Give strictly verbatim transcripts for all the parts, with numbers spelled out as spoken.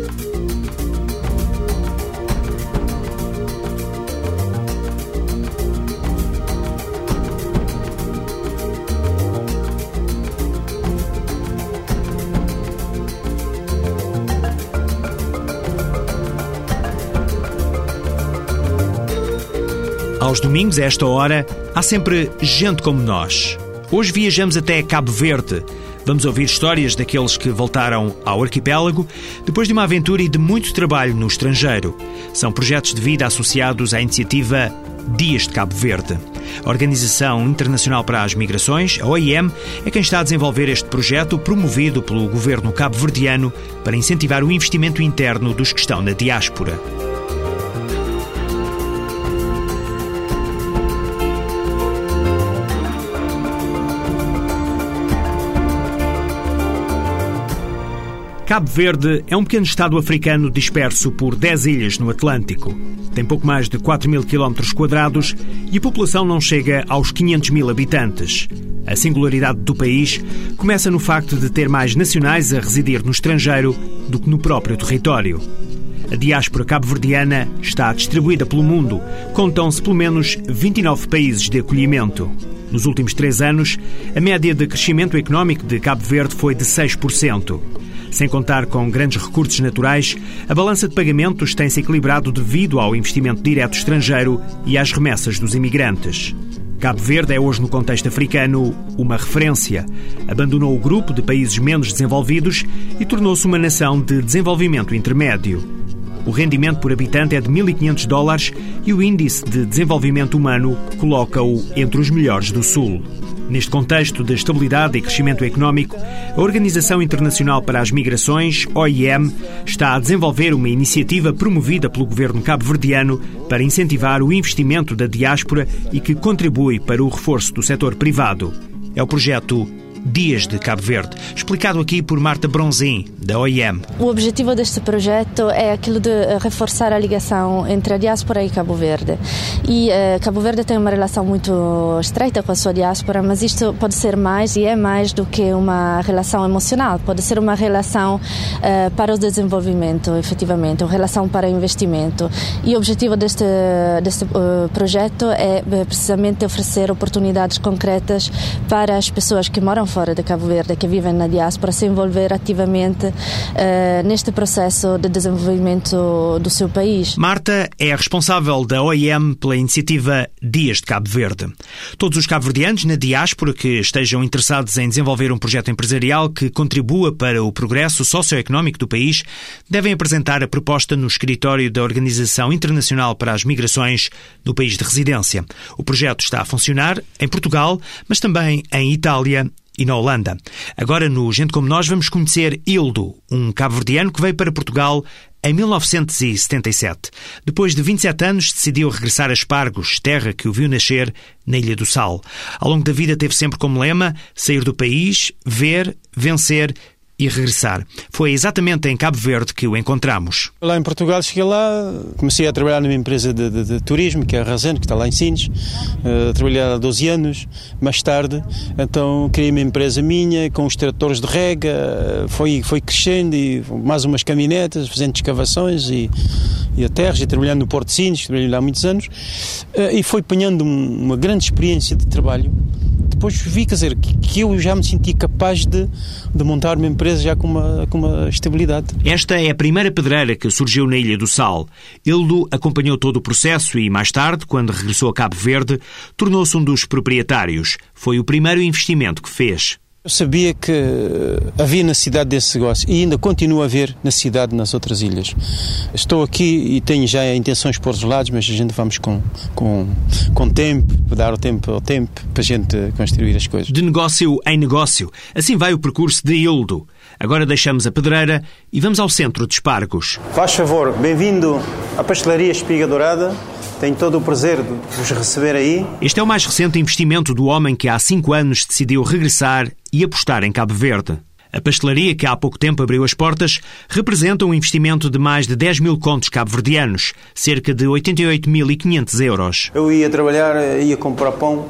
Aos domingos, a esta hora, há sempre gente como nós. Hoje viajamos até Cabo Verde. Vamos ouvir histórias daqueles que voltaram ao arquipélago depois de uma aventura e de muito trabalho no estrangeiro. São projetos de vida associados à iniciativa Dias de Cabo Verde. A Organização Internacional para as Migrações, a O I M, é quem está a desenvolver este projeto promovido pelo governo cabo-verdiano para incentivar o investimento interno dos que estão na diáspora. Cabo Verde é um pequeno estado africano disperso por dez ilhas no Atlântico. Tem pouco mais de quatro mil quilómetros quadrados e a população não chega aos quinhentos mil habitantes. A singularidade do país começa no facto de ter mais nacionais a residir no estrangeiro do que no próprio território. A diáspora cabo-verdiana está distribuída pelo mundo. Contam-se pelo menos vinte e nove países de acolhimento. Nos últimos três anos, a média de crescimento económico de Cabo Verde foi de seis por cento. Sem contar com grandes recursos naturais, a balança de pagamentos tem-se equilibrado devido ao investimento direto estrangeiro e às remessas dos imigrantes. Cabo Verde é hoje, no contexto africano, uma referência. Abandonou o grupo de países menos desenvolvidos e tornou-se uma nação de desenvolvimento intermédio. O rendimento por habitante é de mil e quinhentos dólares e o índice de desenvolvimento humano coloca-o entre os melhores do Sul. Neste contexto de estabilidade e crescimento económico, a Organização Internacional para as Migrações, O I M, está a desenvolver uma iniciativa promovida pelo governo cabo-verdiano para incentivar o investimento da diáspora e que contribui para o reforço do setor privado. É o projeto Dias de Cabo Verde, explicado aqui por Marta Bronzin, da O I M. O objetivo deste projeto é aquilo de reforçar a ligação entre a diáspora e Cabo Verde. E eh, Cabo Verde tem uma relação muito estreita com a sua diáspora, mas isto pode ser mais e é mais do que uma relação emocional. Pode ser uma relação eh, para o desenvolvimento, efetivamente, uma relação para investimento. E o objetivo deste, deste uh, projeto é precisamente oferecer oportunidades concretas para as pessoas que moram fora de Cabo Verde, que vivem na diáspora, se envolver ativamente uh, neste processo de desenvolvimento do seu país. Marta é a responsável da O I M pela iniciativa Dias de Cabo Verde. Todos os cabo-verdianos na diáspora que estejam interessados em desenvolver um projeto empresarial que contribua para o progresso socioeconómico do país devem apresentar a proposta no escritório da Organização Internacional para as Migrações no país de residência. O projeto está a funcionar em Portugal, mas também em Itália e na Holanda. Agora, no Gente Como Nós, vamos conhecer Hildo, um cabo-verdiano que veio para Portugal em mil novecentos e setenta e sete. Depois de vinte e sete anos, decidiu regressar a Espargos, terra que o viu nascer na Ilha do Sal. Ao longo da vida teve sempre como lema sair do país, ver, vencer e regressar. Foi exatamente em Cabo Verde que o encontramos. Lá em Portugal cheguei lá, comecei a trabalhar numa empresa de, de, de turismo, que é a Razene, que está lá em Sines. Uh, trabalhei há doze anos, mais tarde, então criei uma empresa minha, com os tratores de rega, foi, foi crescendo, e mais umas caminhonetas, fazendo escavações e, e aterros, e trabalhando no Porto de Sines, trabalhei lá há muitos anos, uh, e foi apanhando um, uma grande experiência de trabalho. Depois vi, quer dizer, que, que eu já me senti capaz de, de montar uma empresa já com uma, com uma estabilidade. Esta é a primeira pedreira que surgiu na Ilha do Sal. Hildo acompanhou todo o processo e, mais tarde, quando regressou a Cabo Verde, tornou-se um dos proprietários. Foi o primeiro investimento que fez. Eu sabia que havia necessidade desse negócio e ainda continua a haver necessidade nas outras ilhas. Estou aqui e tenho já intenções por os lados, mas a gente vamos com, com, com tempo, dar o tempo ao tempo, para a gente construir as coisas. De negócio em negócio. Assim vai o percurso de Hildo. Agora deixamos a pedreira e vamos ao centro de Espargos. Faz favor, bem-vindo à Pastelaria Espiga Dourada. Tenho todo o prazer de vos receber aí. Este é o mais recente investimento do homem que há cinco anos decidiu regressar e apostar em Cabo Verde. A pastelaria, que há pouco tempo abriu as portas, representa um investimento de mais de dez mil contos cabo-verdianos, cerca de oitenta e oito mil e quinhentos euros. Eu ia trabalhar, ia comprar pão.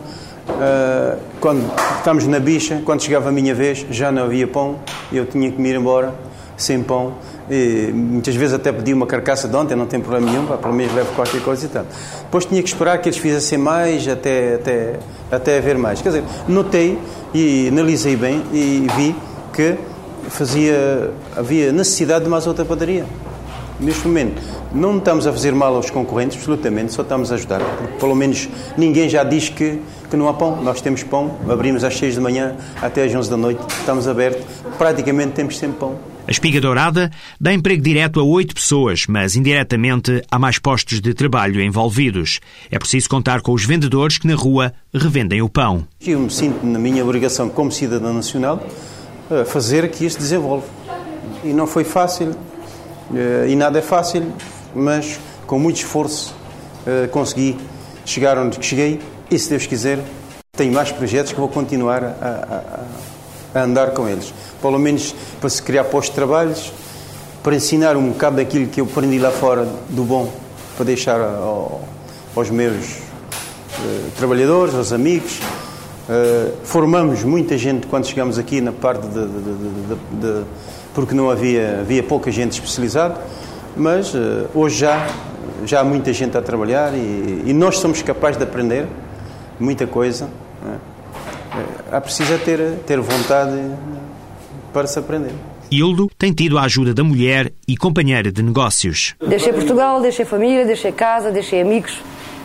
Uh, quando estávamos na bicha, quando chegava a minha vez, já não havia pão. Eu tinha que me ir embora sem pão. E muitas vezes até pedi uma carcaça de ontem, não tem problema nenhum, pá, pelo menos levo qualquer coisa e tal. Depois tinha que esperar que eles fizessem mais até, até, até haver mais. Quer dizer, notei e analisei bem e vi que fazia, havia necessidade de mais outra padaria. Neste momento, não estamos a fazer mal aos concorrentes, absolutamente, só estamos a ajudar. Porque, pelo menos, ninguém já diz que, que não há pão. Nós temos pão, abrimos às seis da manhã até às onze da noite, estamos abertos, praticamente temos sempre pão. A Espiga Dourada dá emprego direto a oito pessoas, mas indiretamente há mais postos de trabalho envolvidos. É preciso contar com os vendedores que na rua revendem o pão. Eu me sinto na minha obrigação como cidadão nacional a fazer que isto desenvolva. E não foi fácil, e nada é fácil, mas com muito esforço consegui chegar onde cheguei e, se Deus quiser, tenho mais projetos que vou continuar a, a, a andar com eles. Pelo menos para se criar postos de trabalho, para ensinar um bocado daquilo que eu aprendi lá fora do bom, para deixar ao, aos meus uh, trabalhadores, aos amigos. Uh, formamos muita gente quando chegamos aqui na parte de... de, de, de, de porque não havia, havia pouca gente especializada, mas uh, hoje já, já há muita gente a trabalhar e, e nós somos capazes de aprender muita coisa. Né? Uh, há preciso ter, ter vontade para se aprender. Hildo tem tido a ajuda da mulher e companheira de negócios. Deixei Portugal, deixei família, deixei casa, deixei amigos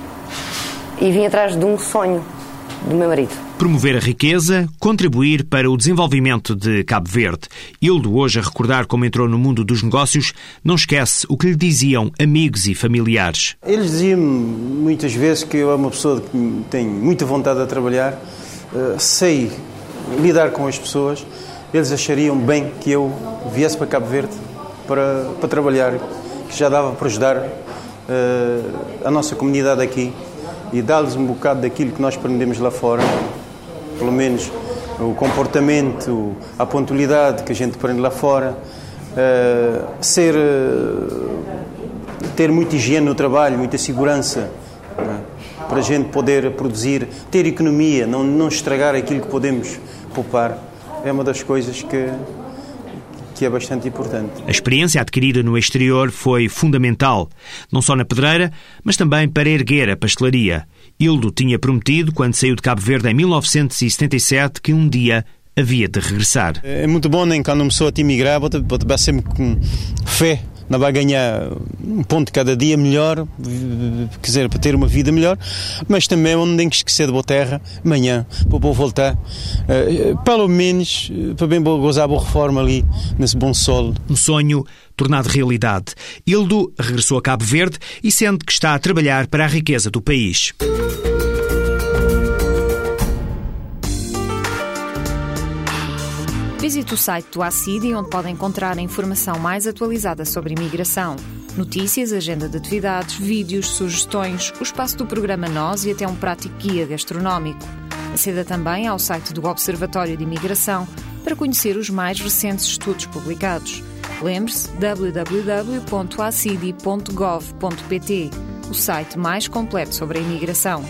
e vim atrás de um sonho do meu marido. Promover a riqueza, contribuir para o desenvolvimento de Cabo Verde. Hildo, hoje a recordar como entrou no mundo dos negócios, não esquece o que lhe diziam amigos e familiares. Eles diziam-me muitas vezes que eu sou uma pessoa que tem muita vontade de trabalhar, sei lidar com as pessoas. Eles achariam bem que eu viesse para Cabo Verde para, para trabalhar, que já dava para ajudar uh, a nossa comunidade aqui e dar-lhes um bocado daquilo que nós aprendemos lá fora, pelo menos o comportamento, a pontualidade que a gente aprende lá fora, uh, ser, uh, ter muita higiene no trabalho, muita segurança, né, para a gente poder produzir, ter economia, não, não estragar aquilo que podemos poupar. É uma das coisas que, que é bastante importante. A experiência adquirida no exterior foi fundamental, não só na pedreira, mas também para erguer a pastelaria. Hildo tinha prometido, quando saiu de Cabo Verde em mil novecentos e setenta e sete, que um dia havia de regressar. É muito bom, nem quando uma pessoa te emigrar, pode sempre com fé. Não vai ganhar um ponto cada dia melhor, quer dizer, para ter uma vida melhor, mas também não tem que esquecer de boa terra, amanhã, para vou voltar, uh, pelo menos, para bem gozar a boa reforma ali, nesse bom sol. Um sonho tornado realidade. Hildo regressou a Cabo Verde e sente que está a trabalhar para a riqueza do país. Visite o site do A C I D I, onde pode encontrar a informação mais atualizada sobre imigração. Notícias, agenda de atividades, vídeos, sugestões, o espaço do programa Nós e até um prático guia gastronómico. Aceda também ao site do Observatório de Imigração para conhecer os mais recentes estudos publicados. Lembre-se, w w w ponto a c i d i ponto gov ponto p t, o site mais completo sobre a imigração.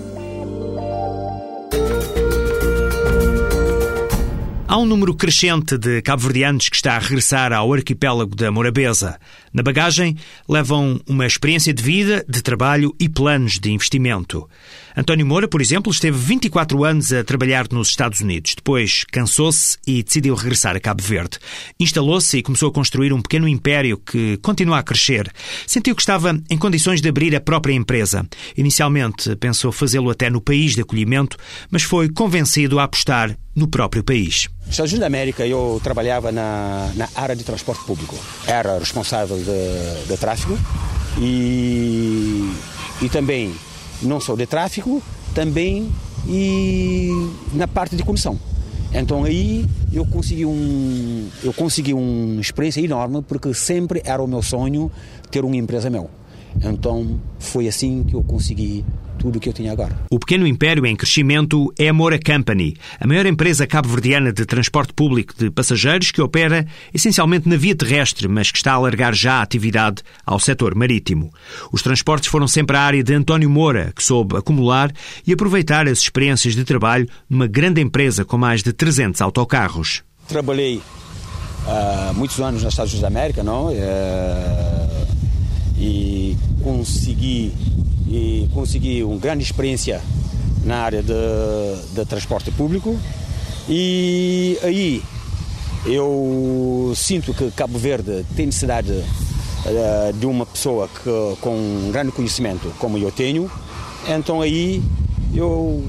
Há um número crescente de cabo-verdianos que está a regressar ao arquipélago da Morabeza. Na bagagem, levam uma experiência de vida, de trabalho e planos de investimento. António Moura, por exemplo, esteve vinte e quatro anos a trabalhar nos Estados Unidos. Depois cansou-se e decidiu regressar a Cabo Verde. Instalou-se e começou a construir um pequeno império que continua a crescer. Sentiu que estava em condições de abrir a própria empresa. Inicialmente pensou fazê-lo até no país de acolhimento, mas foi convencido a apostar no próprio país. Nos Estados Unidos da América eu trabalhava na, na área de transporte público. Era responsável de, de tráfego e, e também, não só de tráfego, também e na parte de condução. Então aí eu consegui, um, eu consegui uma experiência enorme porque sempre era o meu sonho ter uma empresa meu. Então foi assim que eu consegui tudo o que eu tinha agora. O pequeno império em crescimento é a Moura Company, a maior empresa cabo-verdiana de transporte público de passageiros que opera essencialmente na via terrestre, mas que está a alargar já a atividade ao setor marítimo. Os transportes foram sempre a área de António Moura, que soube acumular e aproveitar as experiências de trabalho numa grande empresa com mais de trezentos autocarros. Trabalhei uh, muitos anos nos Estados Unidos da América, não? Uh, e consegui, e consegui uma grande experiência na área de, de transporte público. E aí eu sinto que Cabo Verde tem necessidade uh, de uma pessoa que, com um grande conhecimento como eu tenho. Então aí eu, uh,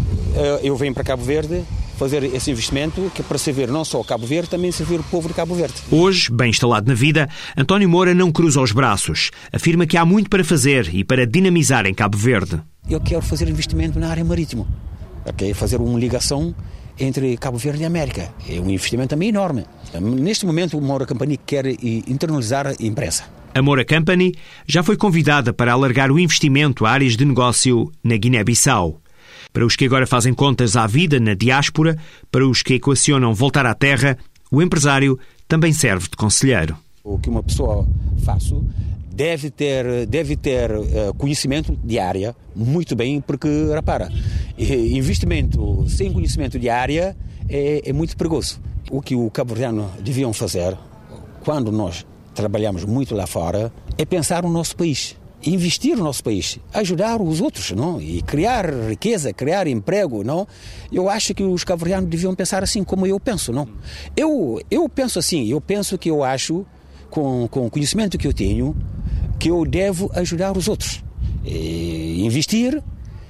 eu venho para Cabo Verde fazer esse investimento que é para servir não só Cabo Verde, também servir o povo de Cabo Verde. Hoje, bem instalado na vida, António Moura não cruza os braços. Afirma que há muito para fazer e para dinamizar em Cabo Verde. Eu quero fazer investimento na área marítima, okay? Fazer uma ligação entre Cabo Verde e América. É um investimento também enorme. Neste momento, o Moura Company quer internalizar a empresa. A Moura Company já foi convidada para alargar o investimento a áreas de negócio na Guiné-Bissau. Para os que agora fazem contas à vida na diáspora, para os que equacionam voltar à terra, o empresário também serve de conselheiro. O que uma pessoa faz deve ter, deve ter conhecimento de área muito bem, porque, repara, investimento sem conhecimento de área é, é muito perigoso. O que o cabo-verdiano deviam fazer, quando nós trabalhamos muito lá fora, é pensar no nosso país. Investir no nosso país, ajudar os outros, não? E criar riqueza, criar emprego, não? Eu acho que os cabo-verdianos deviam pensar assim como eu penso, não? Eu, eu penso assim, eu penso que eu acho, com, com o conhecimento que eu tenho, que eu devo ajudar os outros. E investir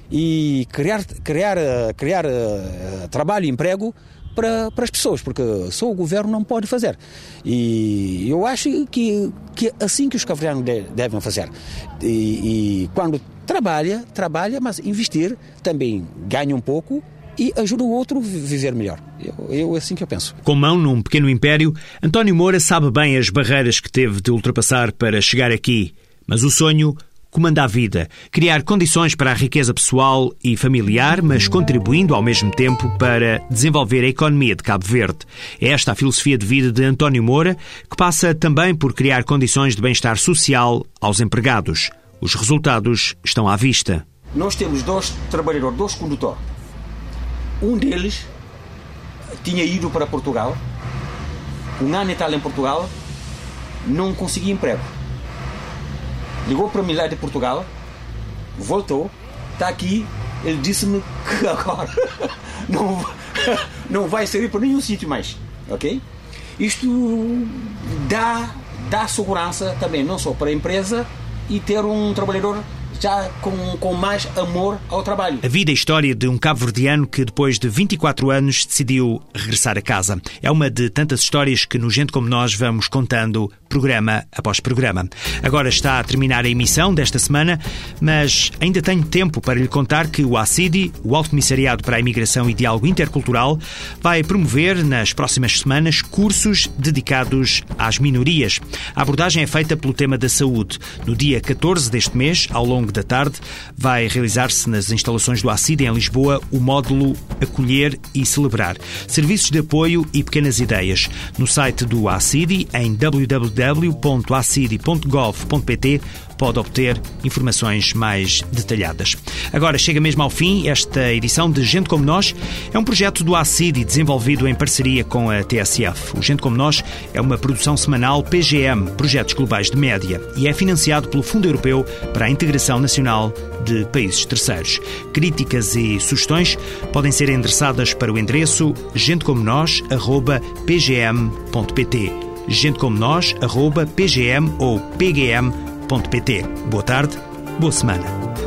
e criar, criar, criar uh, trabalho e emprego para, para as pessoas, porque só o governo não pode fazer. E eu acho que, que é assim que os cabo-verdianos de, devem fazer. E, e quando trabalha, trabalha, mas investir também ganha um pouco e ajuda o outro a viver melhor. Eu, eu, é assim que eu penso. Com mão num pequeno império, António Moura sabe bem as barreiras que teve de ultrapassar para chegar aqui. Mas o sonho comanda a vida. Criar condições para a riqueza pessoal e familiar, mas contribuindo ao mesmo tempo para desenvolver a economia de Cabo Verde. É esta a filosofia de vida de António Moura, que passa também por criar condições de bem-estar social aos empregados. Os resultados estão à vista. Nós temos dois trabalhadores, dois condutores. Um deles tinha ido para Portugal, um ano e tal em Portugal, não conseguia emprego. Ligou para mim lá de Portugal, voltou, está aqui, ele disse-me que agora não, não vai servir para nenhum sítio mais, ok? Isto dá, dá segurança também, não só para a empresa e ter um trabalhador já com, com mais amor ao trabalho. A vida e história de um cabo-verdiano que depois de vinte e quatro anos decidiu regressar a casa. É uma de tantas histórias que no Gente Como Nós vamos contando programa após programa. Agora está a terminar a emissão desta semana, mas ainda tenho tempo para lhe contar que o ACIDI, o Alto Comissariado para a Imigração e Diálogo Intercultural, vai promover nas próximas semanas cursos dedicados às minorias. A abordagem é feita pelo tema da saúde. No dia catorze deste mês, ao longo da tarde, vai realizar-se nas instalações do ACIDI em Lisboa o módulo Acolher e Celebrar. Serviços de apoio e pequenas ideias. No site do ACIDI, em w w w ponto acidi ponto gov ponto p t, pode obter informações mais detalhadas. Agora chega mesmo ao fim esta edição de Gente Como Nós. É um projeto do ACIDI desenvolvido em parceria com a T S F. O Gente Como Nós é uma produção semanal P G M, Projetos Globais de Média, e é financiado pelo Fundo Europeu para a Integração Nacional de Países Terceiros. Críticas e sugestões podem ser endereçadas para o endereço gentecomonós arroba p g m ponto p t. gentecomonós arroba p g m ou p g m ponto p t. Boa tarde, boa semana.